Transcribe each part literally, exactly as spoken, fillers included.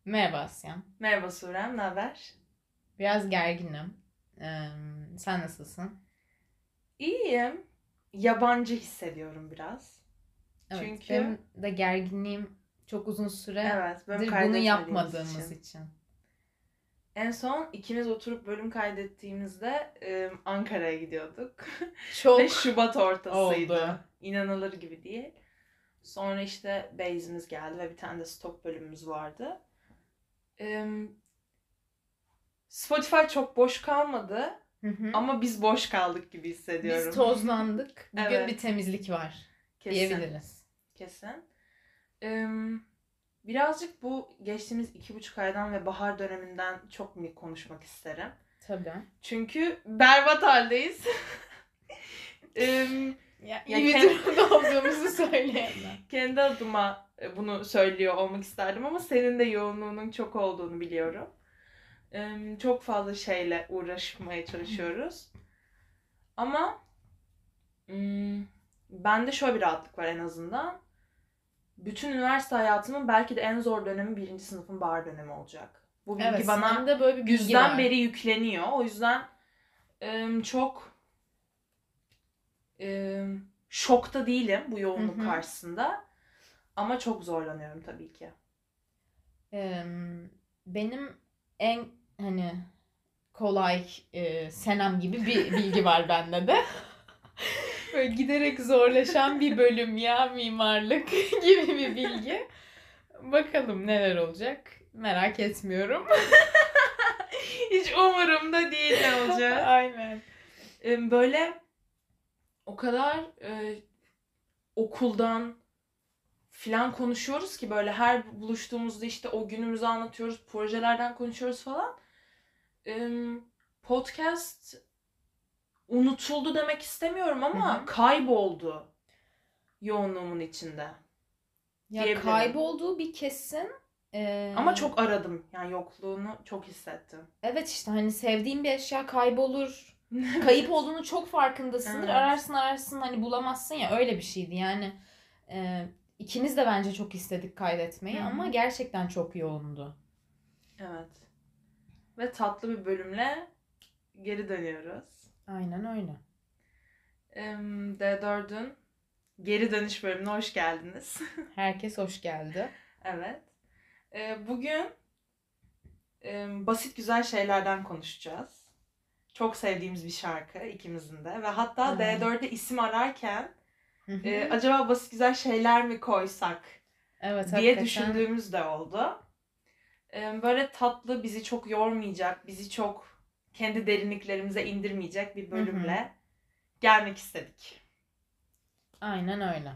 Merhaba Asyan. Merhaba Surem, ne haber? Biraz gerginim. Ee, sen nasılsın? İyiyim. Yabancı hissediyorum biraz. Evet, Çünkü benim de gerginliğim çok uzun evet, bölüm süredir bunu kaydetmediğimiz yapmadığımız için. için. En son ikimiz oturup bölüm kaydettiğimizde e, Ankara'ya gidiyorduk. Ve Çok Şubat oldu. ortasıydı. İnanılır gibi değil. Sonra işte base'imiz geldi ve bir tane de stok bölümümüz vardı. E, Spotify çok boş kalmadı Hı hı. ama biz boş kaldık gibi Biz hissediyorum. tozlandık. Bugün bir Evet, temizlik var kesin, diyebiliriz. kesin. E, Birazcık bu geçtiğimiz iki buçuk aydan ve bahar döneminden çok mu konuşmak isterim. Tabii. Çünkü berbat haldeyiz. Em, Ya ya iyi bir kend- durumda olduğumuzu söyleyemem. kendi adıma bunu söylüyor olmak isterdim ama senin de yoğunluğunun çok olduğunu biliyorum. Em, çok fazla şeyle uğraşmaya çalışıyoruz. Ama mm, bende şöyle bir rahatlık var en azından. Bütün üniversite hayatımın belki de en zor dönemi birinci sınıfın bahar dönemi olacak. Bu bilgi Evet, bana sende böyle bir bilgi güzden var. beri yükleniyor. O yüzden e, çok e, şokta değilim bu Hı yoğunluk hı. karşısında. Ama çok zorlanıyorum tabii ki. Ee, benim en hani kolay e, senem gibi bir bilgi var bende de. Böyle giderek zorlaşan bir bölüm ya mimarlık gibi bir bilgi. Bakalım neler olacak. Merak etmiyorum. Hiç umurumda değil ne olacak. Aynen. E, böyle o kadar e, okuldan filan konuşuyoruz ki böyle her buluştuğumuzda işte o günümüzü anlatıyoruz, projelerden konuşuyoruz falan. E, Podcast unutuldu demek istemiyorum Hı ama hı. kayboldu yoğunluğumun içinde Ya diyebilirim. kaybolduğu bir kesin. Ama Ee, çok aradım. Yani yokluğunu çok hissettim. evet işte hani sevdiğin bir eşya kaybolur. Kayıp Evet. olduğunu çok farkındasındır. Evet. Ararsın ararsın hani bulamazsın ya öyle bir şeydi. Yani e, ikimiz de bence çok istedik Hı kaydetmeyi ama hı. gerçekten çok yoğundu. Evet. Ve tatlı bir bölümle geri dönüyoruz. Aynen öyle. Em, D dördün geri dönüş bölümüne hoş geldiniz. Herkes hoş geldi. Evet. E, bugün em, basit güzel şeylerden konuşacağız. Çok sevdiğimiz bir şarkı ikimizin de. Ve hatta Aa, D dörde isim ararken hı e, hı. acaba basit güzel şeyler mi koysak Evet diye hakikaten. düşündüğümüz de oldu. E, böyle tatlı, bizi çok yormayacak, bizi çok kendi derinliklerimize indirmeyecek bir Hı hı. bölümle gelmek istedik. Aynen öyle.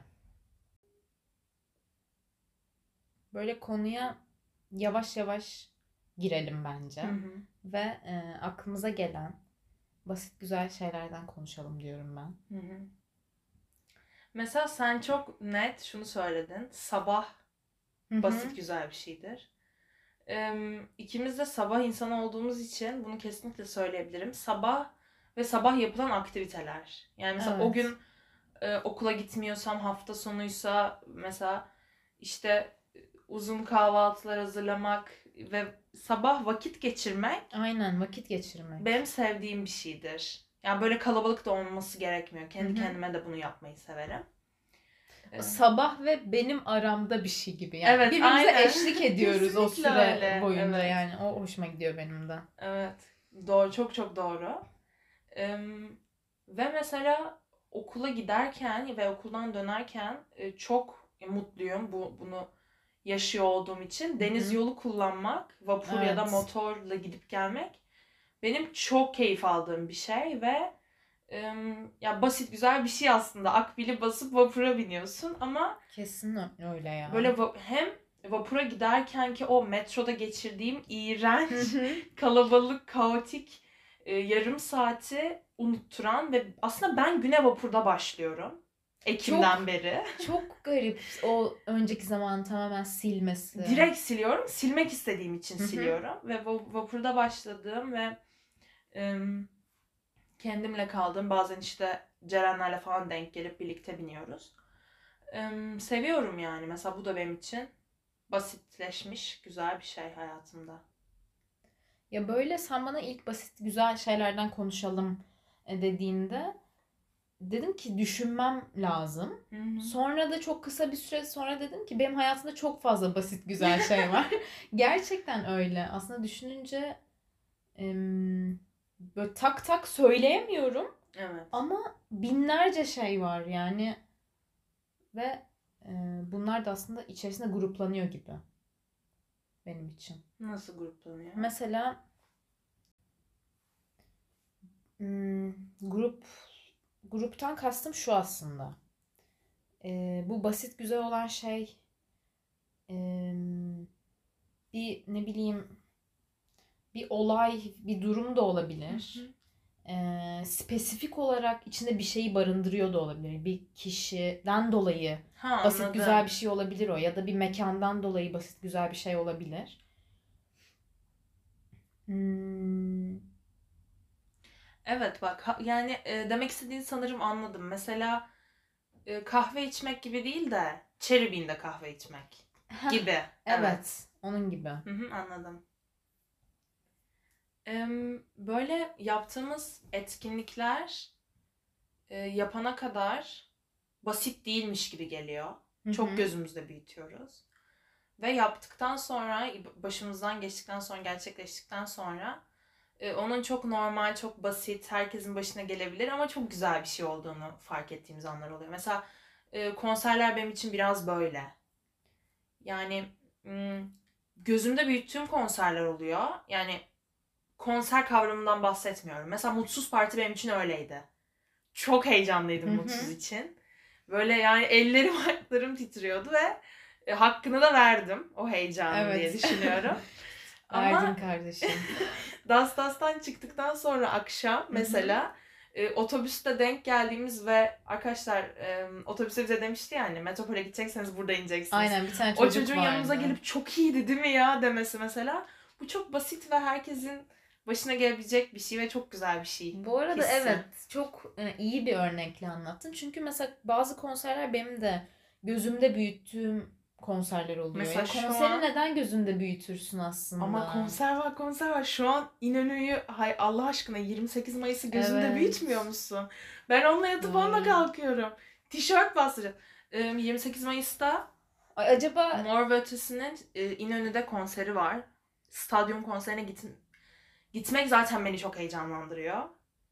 Böyle konuya yavaş yavaş girelim Hı bence. hı. Ve e, aklımıza gelen basit güzel şeylerden konuşalım diyorum ben. Hı hı. Mesela sen çok net şunu söyledin. Sabah Hı basit hı. güzel bir şeydir. Ee, ikimiz de sabah insanı olduğumuz için bunu kesinlikle söyleyebilirim. Sabah ve sabah yapılan aktiviteler. Yani mesela o Evet. gün e, okula gitmiyorsam, hafta sonuysa mesela işte uzun kahvaltılar hazırlamak ve sabah vakit geçirmek Aynen vakit benim geçirmek. sevdiğim bir şeydir. Yani böyle kalabalık da olması gerekmiyor. Hı Kendi hı. kendime de bunu yapmayı severim. Ee, Sabah ve benim aramda bir şey gibi. Yani evet, birbirimize aynen. eşlik ediyoruz o Kesinlikle süre öyle. boyunca Evet. yani. O hoşuma gidiyor benim de. Evet. Doğru, çok çok doğru. Ee, Ve mesela okula giderken ve okuldan dönerken e, çok mutluyum bu bunu yaşıyor olduğum için. Hı Deniz hı. yolu kullanmak, vapur ya da Evet. motorla gidip gelmek benim çok keyif aldığım bir şey ve e, ya basit güzel bir şey aslında. Akbili basıp vapura biniyorsun ama Kesin öyle ya. böyle va- hem vapura giderken ki o metroda geçirdiğim Hı iğrenç, hı. kalabalık, kaotik e, yarım saati unutturan ve aslında ben güne vapurda başlıyorum. Ekim'den Çok beri. çok garip o önceki zamanı tamamen silmesi. Direkt siliyorum. Silmek istediğim için Hı hı. siliyorum. Ve va- vapurda başladığım ve e, kendimle kaldığım bazen işte Cerenlerle falan denk gelip birlikte biniyoruz. E, seviyorum yani. Mesela bu da benim için basitleşmiş güzel bir şey hayatımda. Ya böyle sen bana ilk basit güzel şeylerden konuşalım e, dediğinde dedim ki düşünmem lazım. Hı hı. Sonra da çok kısa bir süre sonra dedim ki benim hayatımda çok fazla basit güzel şey var. Gerçekten öyle. Aslında düşününce em, böyle tak tak söyleyemiyorum Evet. ama binlerce şey var yani ve e, bunlar da aslında içerisinde gruplanıyor gibi benim için. Nasıl gruplanıyor? Mesela hmm, grup gruptan kastım şu aslında. E, bu basit güzel olan şey em, bir ne bileyim bir olay, bir durum da Hı olabilir. hı. Ee, spesifik olarak içinde bir şeyi barındırıyor da olabilir. Bir kişiden dolayı Ha, basit anladım. güzel bir şey olabilir o ya da bir mekandan dolayı basit güzel bir şey olabilir. Hmm, Evet bak ha- yani e, demek istediğini sanırım anladım. Mesela e, kahve içmek gibi değil de Cherry Bean'de kahve içmek heh, gibi. Evet. evet, onun gibi. Hı hı, anladım. Em, Böyle yaptığımız etkinlikler e, yapana kadar basit değilmiş gibi geliyor. Hı Çok hı. gözümüzde büyütüyoruz. Ve yaptıktan sonra, başımızdan geçtikten sonra, gerçekleştikten sonra e, onun çok normal, çok basit, herkesin başına gelebilir ama çok güzel bir şey olduğunu fark ettiğimiz anlar oluyor. Mesela e, konserler benim için biraz böyle. Yani m, gözümde büyüttüğüm konserler oluyor. Yani konser kavramından bahsetmiyorum. Mesela Mutsuz Parti benim için öyleydi. Çok heyecanlıydım Hı hı. Mutsuz için. Böyle yani ellerim ayaklarım titriyordu ve e, hakkını da verdim o heyecanın diye Evet. düşünüyorum. Verdin Ama kardeşim. Das Das'tan çıktıktan sonra akşam Hı hı. mesela e, otobüste denk geldiğimiz ve arkadaşlar e, otobüse bize demişti yani metropole gidecekseniz burada ineceksiniz. Aynen bir tane O çocuk çocuğun yanımıza vardı. gelip çok iyiydi değil mi ya demesi mesela. Bu çok basit ve herkesin başına gelebilecek bir şey ve çok güzel bir şey. Bu arada Hissi. evet çok e, iyi bir örnekle anlattın. Çünkü mesela bazı konserler benim de gözümde büyüttüğüm konserler oluyor. Mesela Ya şu konseri an neden gözünde büyütürsün aslında? ama konser var konser var. Şu an İnönü'yü hay Allah aşkına yirmi sekiz Mayıs'ı gözünde Evet. büyütmüyor musun? Ben onunla yatıp onunla Doğru. kalkıyorum. Tişört bastıracağım. Ee, yirmi sekiz Mayıs'ta Ay acaba Mor ve Ötesi'nin e, İnönü'de konseri var. Stadyum konserine git gitmek zaten beni çok heyecanlandırıyor.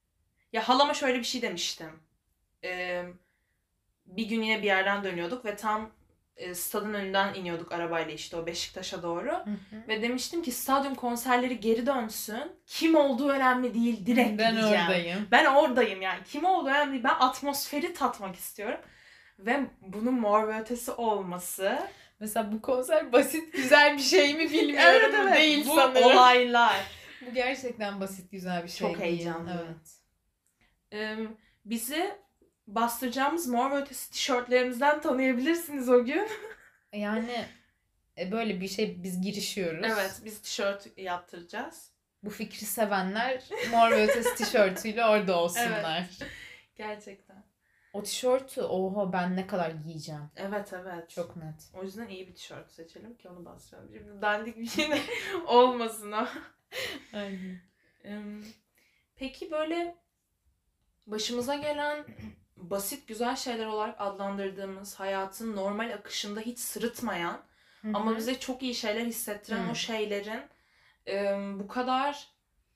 Ya halama şöyle bir şey demiştim. Ee, Bir gün yine bir yerden dönüyorduk ve tam e, stadın önünden iniyorduk arabayla işte o Beşiktaş'a doğru. Hı hı. Ve demiştim ki stadyum konserleri geri dönsün. Kim olduğu önemli değil. Direkt Ben gideceğim. oradayım. Ben oradayım yani. Kim olduğu önemli değil. Ben atmosferi tatmak istiyorum. Ve bunun Mor ve Ötesi olması. Mesela bu konser basit güzel bir şey mi bilmiyorum. Evet evet. Değil Bu sanırım. olaylar. Bu gerçekten basit güzel bir şey Çok değil. heyecanlı. Evet. Ee, Bizi bastıracağımız Mor ve Ötesi tişörtlerimizden tanıyabilirsiniz o gün. Yani e, böyle bir şey biz girişiyoruz. Evet, biz tişört yaptıracağız. Bu fikri sevenler Mor ve Ötesi tişörtüyle orada olsunlar. Evet. Gerçekten. O tişörtü oha ben ne kadar giyeceğim. Evet evet. Çok net. O yüzden iyi bir tişört seçelim ki onu bastıralım. Şimdi dandik bir şey de olmasın o. Aynen. Em, Peki böyle başımıza gelen basit güzel şeyler olarak adlandırdığımız hayatın normal akışında hiç sırıtmayan Hı ama hı. bize çok iyi şeyler hissettiren Hı. o şeylerin em, bu kadar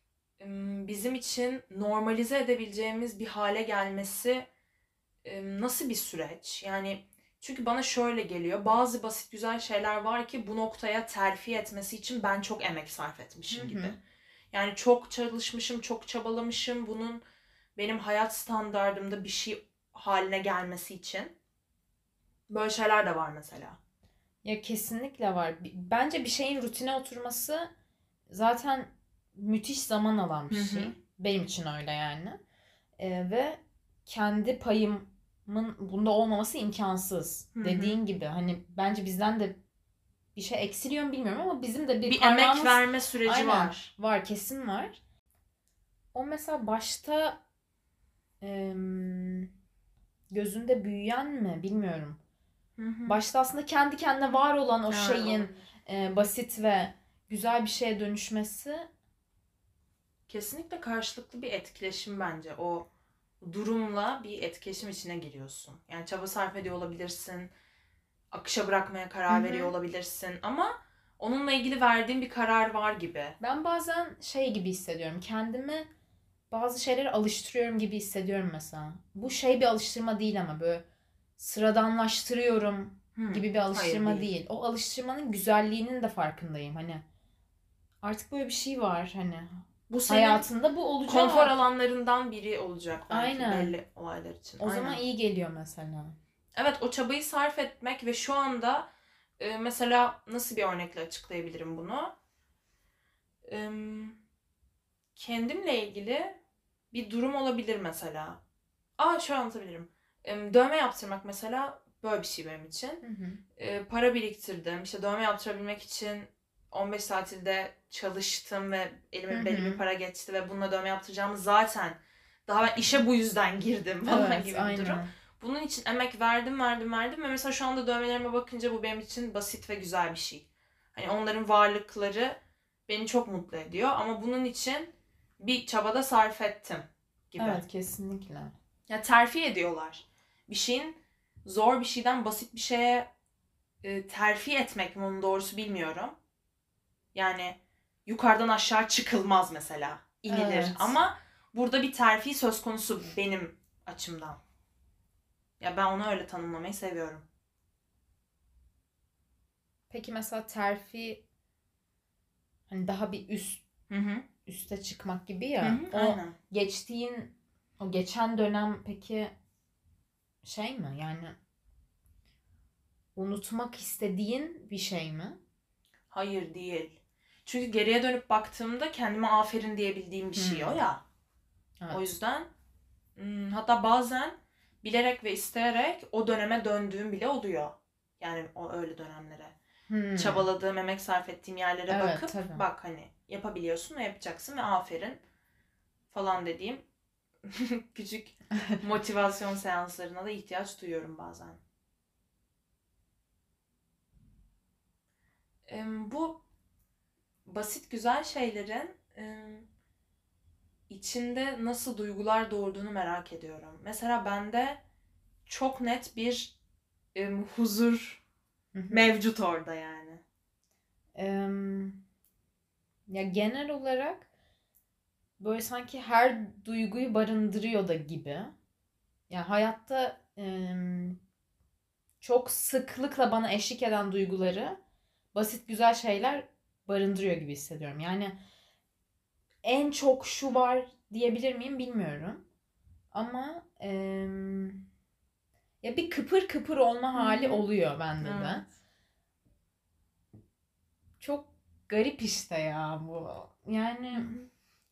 em, bizim için normalize edebileceğimiz bir hale gelmesi em, nasıl bir süreç? Yani çünkü bana şöyle geliyor. Bazı basit güzel şeyler var ki bu noktaya terfi etmesi için ben çok emek sarf etmişim Hı hı. gibi. Yani çok çalışmışım, çok çabalamışım bunun benim hayat standardımda bir şey haline gelmesi için. Böyle şeyler de var mesela. Ya kesinlikle var. Bi- Bence bir şeyin rutine oturması zaten müthiş zaman alan bir Hı hı. şey. Benim için öyle yani. Ee, ve kendi payımın bunda olmaması imkansız. Hı hı. Dediğin gibi hani bence bizden de bir şey eksiliyor mu bilmiyorum ama bizim de bir, Bir parmağımız emek verme süreci aynen var. var kesin var. O mesela başta em, gözünde büyüyen mi bilmiyorum. Hı hı. Başta aslında kendi kendine var olan o Evet, şeyin olabilir. e, basit ve güzel bir şeye dönüşmesi. Kesinlikle karşılıklı bir etkileşim bence. O durumla bir etkileşim içine giriyorsun. Yani çaba sarf ediyor olabilirsin. Akışa bırakmaya karar Hı hı. veriyor olabilirsin. Ama onunla ilgili verdiğin bir karar var gibi. Ben bazen şey gibi hissediyorum. Kendimi bazı şeylere alıştırıyorum gibi hissediyorum mesela. Bu şey bir alıştırma değil ama böyle sıradanlaştırıyorum Hı, gibi bir alıştırma hayır değil. değil. O alıştırmanın güzelliğinin de farkındayım. Hani artık böyle bir şey var hani. Bu senin Hayatında bu olacak. konfor alanlarından biri olacak belki Aynen. belli olaylar için. O zaman Aynen. iyi geliyor mesela. Evet, o çabayı sarf etmek ve şu anda e, mesela nasıl bir örnekle açıklayabilirim bunu? E, kendimle ilgili bir durum olabilir mesela. Aa, şöyle anlatabilirim. E, dövme yaptırmak mesela böyle bir şey benim için. Hı hı. E, para biriktirdim. İşte dövme yaptırabilmek için on beş tatilde çalıştım ve elime Hı belli bir hı. para geçti ve bununla dövme yaptıracağımı zaten daha ben işe bu yüzden girdim falan Evet, gibi bir durum. aynen. Bunun için emek verdim verdim verdim ve mesela şu anda dövmelerime bakınca bu benim için basit ve güzel bir şey. Hani onların varlıkları beni çok mutlu ediyor ama bunun için bir çabada sarf ettim gibi. Evet, kesinlikle. Ya terfi ediyorlar. Bir şeyin zor bir şeyden basit bir şeye e, terfi etmek mi onun doğrusu bilmiyorum. Yani yukarıdan aşağı çıkılmaz mesela. İnilir. Evet. Ama burada bir terfi söz konusu benim açımdan. Ya ben onu öyle tanımlamayı seviyorum. Peki mesela terfi hani daha bir üst Hı hı. üste çıkmak gibi Hı ya. hı, O aynen. geçtiğin o geçen dönem peki şey mi? Yani unutmak istediğin bir şey mi? Hayır değil. Çünkü geriye dönüp baktığımda kendime aferin diyebildiğim bir şey o Hmm. ya. O Evet. yüzden hmm, hatta bazen bilerek ve isteyerek o döneme döndüğüm bile oluyor. Yani o öyle dönemlere. Hmm. Çabaladığım, emek sarf ettiğim yerlere Evet, bakıp tabii. bak hani yapabiliyorsun ve yapacaksın ve aferin falan dediğim küçük motivasyon seanslarına da ihtiyaç duyuyorum bazen. Em, Bu basit güzel şeylerin em, içinde nasıl duygular doğurduğunu merak ediyorum. Mesela bende çok net bir em, huzur Hı hı. mevcut orada yani. Em, ya genel olarak böyle sanki her duyguyu barındırıyor da gibi. Ya hayatta em, çok sıklıkla bana eşlik eden duyguları basit güzel şeyler barındırıyor gibi hissediyorum. Yani en çok şu var diyebilir miyim bilmiyorum. Ama em, ya bir kıpır kıpır olma hali Hı hı. oluyor bende de. Evet. Çok garip işte ya bu. Hı Yani hı.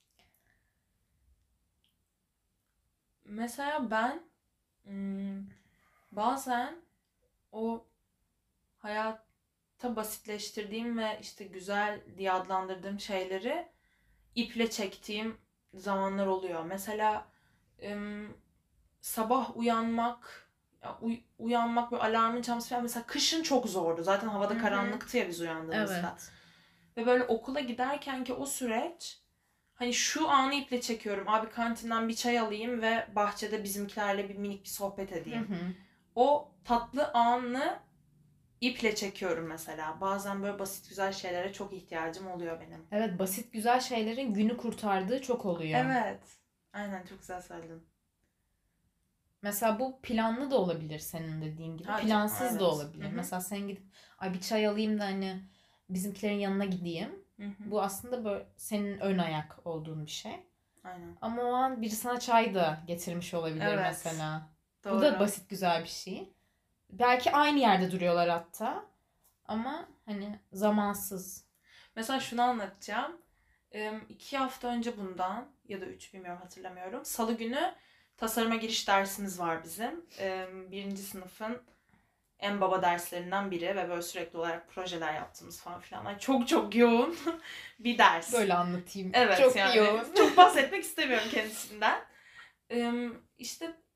Mesela ben hmm, bazen o hayatta basitleştirdiğim ve işte güzel diye adlandırdığım şeyleri iple çektiğim zamanlar oluyor. Mesela em, sabah uyanmak, ya uy- uyanmak böyle alarmın çalması falan mesela kışın çok zordu. Zaten havada Hı hı. karanlıktı ya biz uyandığımızda. evet. Ve böyle okula giderken ki o süreç hani şu anı iple çekiyorum. Abi kantinden bir çay alayım ve bahçede bizimkilerle bir minik bir sohbet Hı edeyim. hı. O tatlı anı iple çekiyorum mesela. Bazen böyle basit güzel şeylere çok ihtiyacım oluyor benim. Evet, basit güzel şeylerin günü kurtardığı çok oluyor. Evet. Aynen, çok güzel söyledin. Mesela bu planlı da olabilir senin dediğin gibi. Ha, ca- Plansız da evet. Hı olabilir. hı. Mesela sen gidip ay bir çay alayım da hani bizimkilerin yanına gideyim. Hı hı. Bu aslında böyle senin ön ayak olduğun bir şey. Aynen. Ama o an biri sana çay da getirmiş olabilir Evet. mesela. Bu da Doğru. basit güzel bir şey. Belki aynı yerde duruyorlar hatta. Ama hani zamansız. Mesela şunu anlatacağım. Em, iki hafta önce bundan ya da üç, bilmiyorum, hatırlamıyorum. Salı günü tasarıma giriş dersimiz var bizim. Em, Birinci sınıfın en baba derslerinden biri ve böyle sürekli olarak projeler yaptığımız falan filan. Yani çok çok yoğun bir ders. Böyle anlatayım. Evet, Çok yani yoğun. çok bahsetmek istemiyorum kendisinden. Em, işte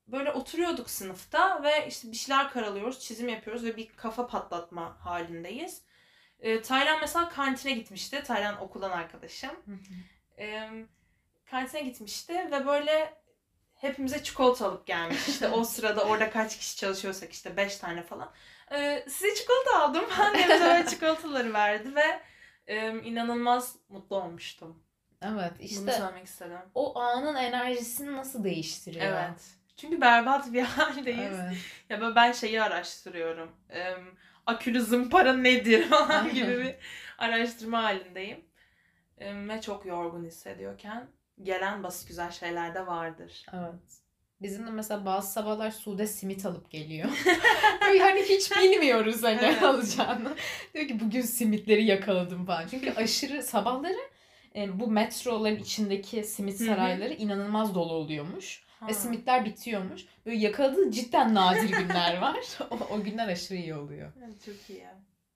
böyle oturuyorduk sınıfta ve işte bir şeyler karalıyoruz, çizim yapıyoruz ve bir kafa patlatma halindeyiz. E, Taylan mesela kantine gitmişti. Taylan okuldan arkadaşım. E, kantine gitmişti ve böyle hepimize çikolata alıp gelmiş. İşte o sırada orada kaç kişi çalışıyorsak işte beş tane falan. E, size çikolata aldım falan diye bize böyle çikolataları verdi ve e, inanılmaz mutlu olmuştum. Evet Bunu işte söylemek istedim. o anın enerjisini nasıl değiştiriyor? Evet. Çünkü berbat bir haldeyiz. Evet. Ya böyle ben şeyi araştırıyorum. Ee, akülü zımpara nedir falan gibi bir araştırma halindeyim. Ee, ve çok yorgun hissediyorken gelen basit güzel şeyler de vardır. Evet. Bizim de mesela bazı sabahlar Sude simit alıp geliyor. Böyle hani hiç bilmiyoruz hani Evet. alacağını. Diyor ki bugün simitleri yakaladım falan. Çünkü aşırı sabahları e, bu metroların içindeki simit Hı hı. sarayları inanılmaz dolu oluyormuş. Ha. Ve simitler bitiyormuş. Böyle yakaladığı cidden nadir günler var. o, o günler aşırı iyi oluyor. Evet, çok iyi.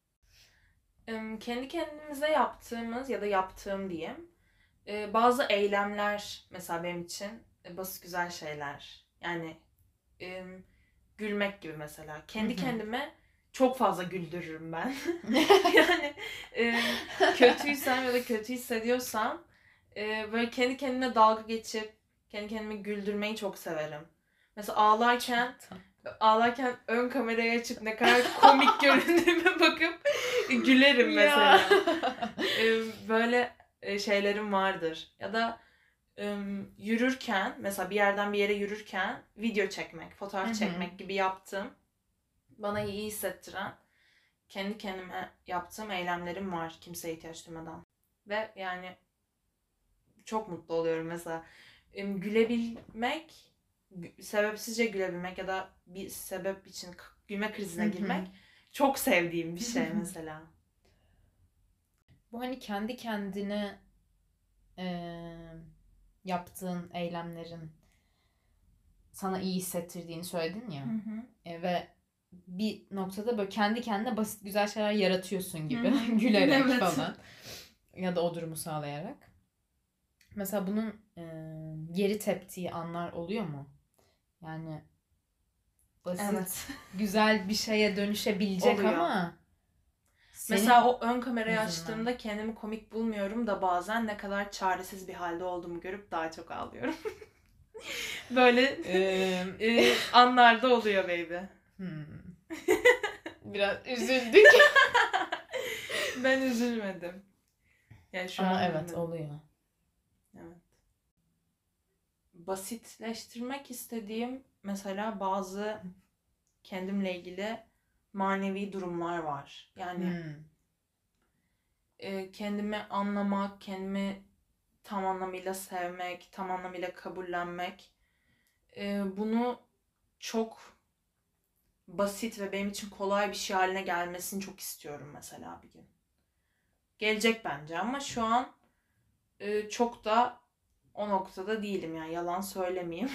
Ee, kendi kendimize yaptığımız ya da yaptığım diyeyim. Ee, bazı eylemler mesela benim için e, basit güzel şeyler. Yani e, gülmek gibi mesela. Kendi Hı hı. kendime çok fazla güldürürüm ben. Yani e, kötüysem ya da kötü hissediyorsam e, böyle kendi kendime dalga geçip kendi kendimi güldürmeyi çok severim. Mesela ağlarken ağlarken ön kameraya açıp ne kadar komik göründüğüme bakıp gülerim mesela. Ya. E, böyle e, şeylerim vardır. Ya da e, yürürken mesela bir yerden bir yere yürürken video çekmek, fotoğraf Hı hı. çekmek gibi yaptığım bana iyi hissettiren kendi kendime yaptığım eylemlerim var kimseye ihtiyaç duymadan. Ve yani çok mutlu oluyorum mesela. E, gülebilmek, gü- sebepsizce gülebilmek ya da bir sebep için k- gülme krizine Hı hı. girmek çok sevdiğim bir şey mesela. Bu hani kendi kendine eee, yaptığın eylemlerin sana iyi hissettirdiğini söyledin ya. Hı hı. E, ve bir noktada böyle kendi kendine basit güzel şeyler yaratıyorsun gibi. Hı hı. Gülerek Evet. falan. Ya da o durumu sağlayarak. Mesela bunun e, geri teptiği anlar oluyor mu? Yani basit, Evet. güzel bir şeye dönüşebilecek Oluyor. ama senin Mesela o ön kamerayı yüzünden. açtığımda kendimi komik bulmuyorum da bazen ne kadar çaresiz bir halde olduğumu görüp daha çok ağlıyorum. Böyle Eee, e, anlarda oluyor baby. hmm, biraz üzüldük. Ben üzülmedim. Yani şu Ama an evet üzülmedim. oluyor. Evet. Basitleştirmek istediğim mesela bazı kendimle ilgili manevi durumlar var. Yani Hmm. e, kendimi anlamak, kendimi tam anlamıyla sevmek, tam anlamıyla kabullenmek. E, bunu çok basit ve benim için kolay bir şey haline gelmesini çok istiyorum mesela bir gün. Gelecek bence ama şu an e, çok da o noktada değilim yani yalan söylemeyeyim.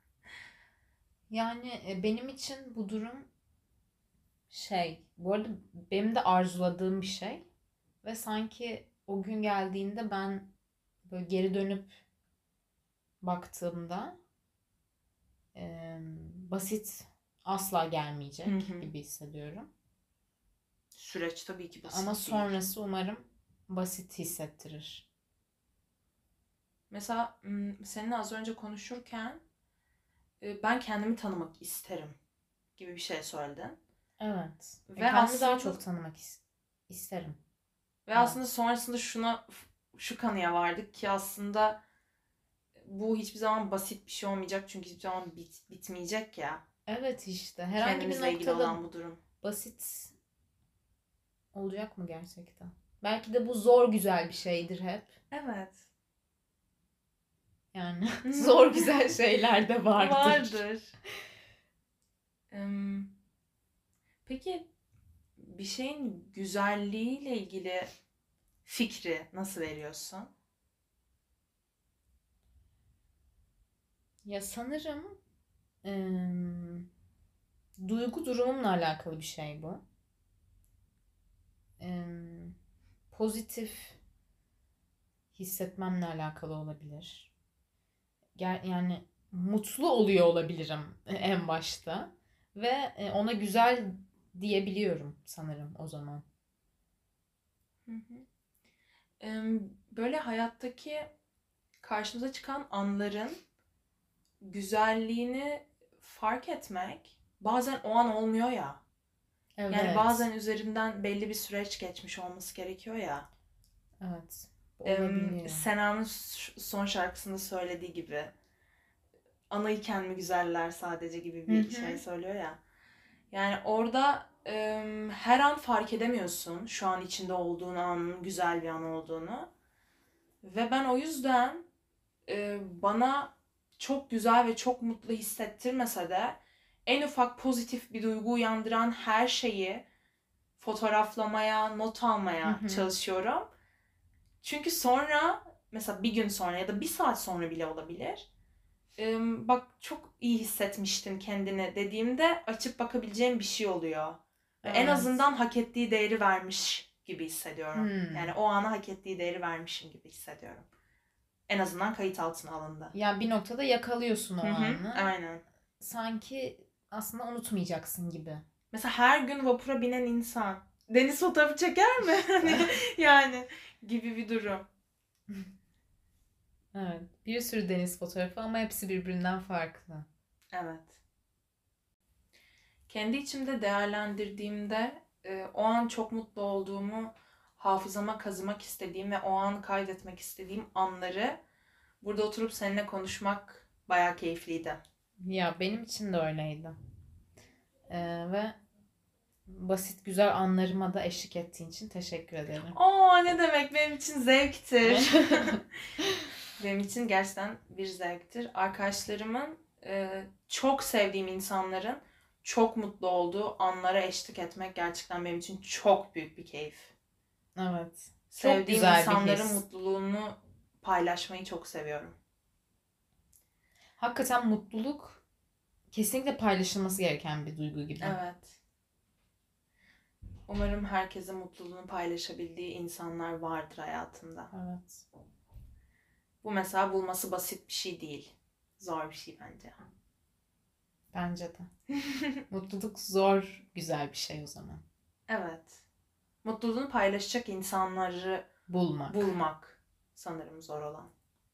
Yani e, benim için bu durum şey, bu arada benim de arzuladığım bir şey ve sanki o gün geldiğinde ben böyle geri dönüp baktığımda e, basit asla Hı gelmeyecek hı. gibi hissediyorum. Süreç tabii ki Ama basit değil. sonrası umarım basit hissettirir. Mesela m, seninle az önce konuşurken e, ben kendimi tanımak isterim gibi bir şey söyledin. Evet. E, Ve kendimi daha aslında çok tanımak is- isterim. ve aslında Evet. sonrasında şuna şu kanıya vardık ki aslında bu hiçbir zaman basit bir şey olmayacak çünkü hiçbir zaman bit, bitmeyecek ya. Evet işte herhangi bir Kendimizle ilgili noktada olan bu durum. basit olacak mı gerçekten? Belki de bu zor güzel bir şeydir hep. Evet. Yani zor güzel şeyler de vardır. Vardır. Em, peki bir şeyin güzelliğiyle ilgili fikri nasıl veriyorsun? Ya sanırım em, duygu durumumla alakalı bir şey bu. Em, pozitif hissetmemle alakalı olabilir. Ger- yani mutlu oluyor olabilirim en başta. Ve e, ona güzel diyebiliyorum sanırım o zaman. Hı hı. Em, Böyle hayattaki karşımıza çıkan anların güzelliğini fark etmek bazen o an olmuyor ya. Evet. Yani bazen üzerinden belli bir süreç geçmiş olması gerekiyor ya. Evet. Em, Olabiliyor. Sena'nın ş- son şarkısında söylediği gibi anayken mi güzeller sadece gibi bir Hı hı. şey söylüyor ya. Yani orada em, her an fark edemiyorsun şu an içinde olduğun anın güzel bir an olduğunu. Ve ben o yüzden e, bana çok güzel ve çok mutlu hissettirmese de en ufak pozitif bir duygu uyandıran her şeyi fotoğraflamaya, not almaya Hı hı. çalışıyorum. Çünkü sonra mesela bir gün sonra ya da bir saat sonra bile olabilir. e, Bak çok iyi hissetmiştin kendini dediğimde açıp bakabileceğim bir şey oluyor. Ve en Evet. azından hak ettiği değeri vermiş gibi hissediyorum. Hmm. Yani o ana hak ettiği değeri vermişim gibi hissediyorum. En azından kayıt altına alındı. Ya bir noktada yakalıyorsun o Hı hı, anı. aynen. Sanki aslında unutmayacaksın gibi. Mesela her gün vapura binen insan deniz fotoğrafı çeker mi? Hani yani gibi bir durum. Evet. Bir sürü deniz fotoğrafı ama hepsi birbirinden farklı. Evet. Kendi içimde değerlendirdiğimde e, o an çok mutlu olduğumu hafızama kazımak istediğim ve o an kaydetmek istediğim anları burada oturup seninle konuşmak bayağı keyifliydi. Ya benim için de öyleydi. Ee, ve basit güzel anlarıma da eşlik ettiğin için teşekkür ederim. Aa ne demek, benim için zevktir. Benim için gerçekten bir zevktir. Arkadaşlarımın, e, çok sevdiğim insanların çok mutlu olduğu anlara eşlik etmek gerçekten benim için çok büyük bir keyif. Evet. Çok Sevdiğim güzel bir insanların his. mutluluğunu paylaşmayı çok seviyorum. Hakikaten mutluluk kesinlikle paylaşılması gereken bir duygu gibi. Evet. Umarım herkesin mutluluğunu paylaşabildiği insanlar vardır hayatında. Evet. Bu mesela bulması basit bir şey değil. Zor bir şey bence. Bence de. Mutluluk zor, güzel bir şey o zaman. Evet. Mutluluğunu paylaşacak insanları Bulmak. bulmak sanırım zor olan.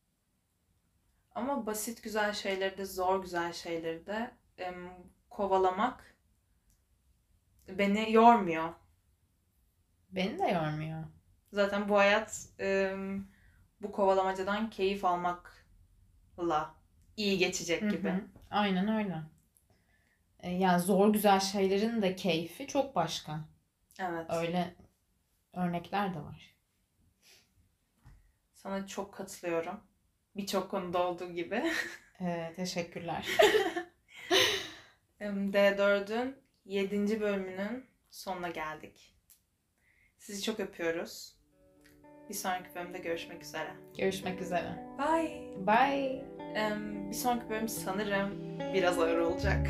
Ama basit güzel şeyleri de, zor güzel şeyleri de em, kovalamak beni yormuyor. Beni de yormuyor. Zaten bu hayat em, bu kovalamacadan keyif almakla iyi geçecek Hı gibi. hı. Aynen öyle. E, Yani zor güzel şeylerin de keyfi çok başka. Evet. Öyle örnekler de var. Sana çok katılıyorum. Birçok konuda olduğu gibi. Ee, teşekkürler. Em, D dördün yedinci bölümünün sonuna geldik. Sizi çok öpüyoruz. Bir sonraki bölümde görüşmek üzere. Görüşmek üzere. Bye. Bye. Em, bir sonraki bölüm sanırım biraz ağır olacak.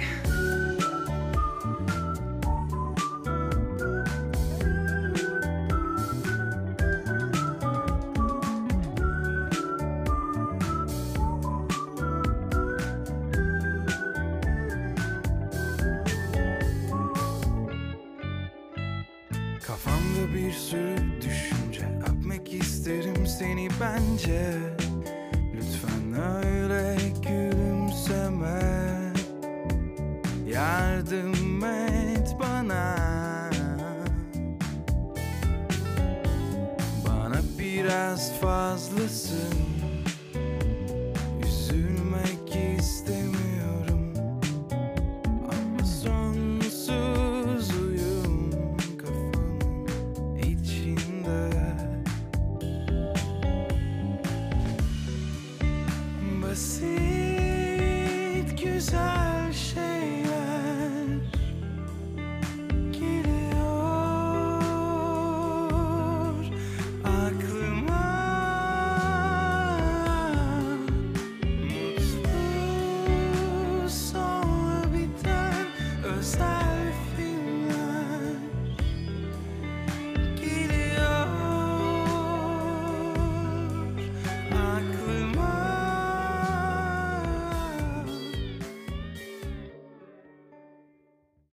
Kafamda bir sürü düşünce, öpmek isterim seni bence. Lütfen öyle gülümseme, yardım et bana. Bana biraz fazlasın.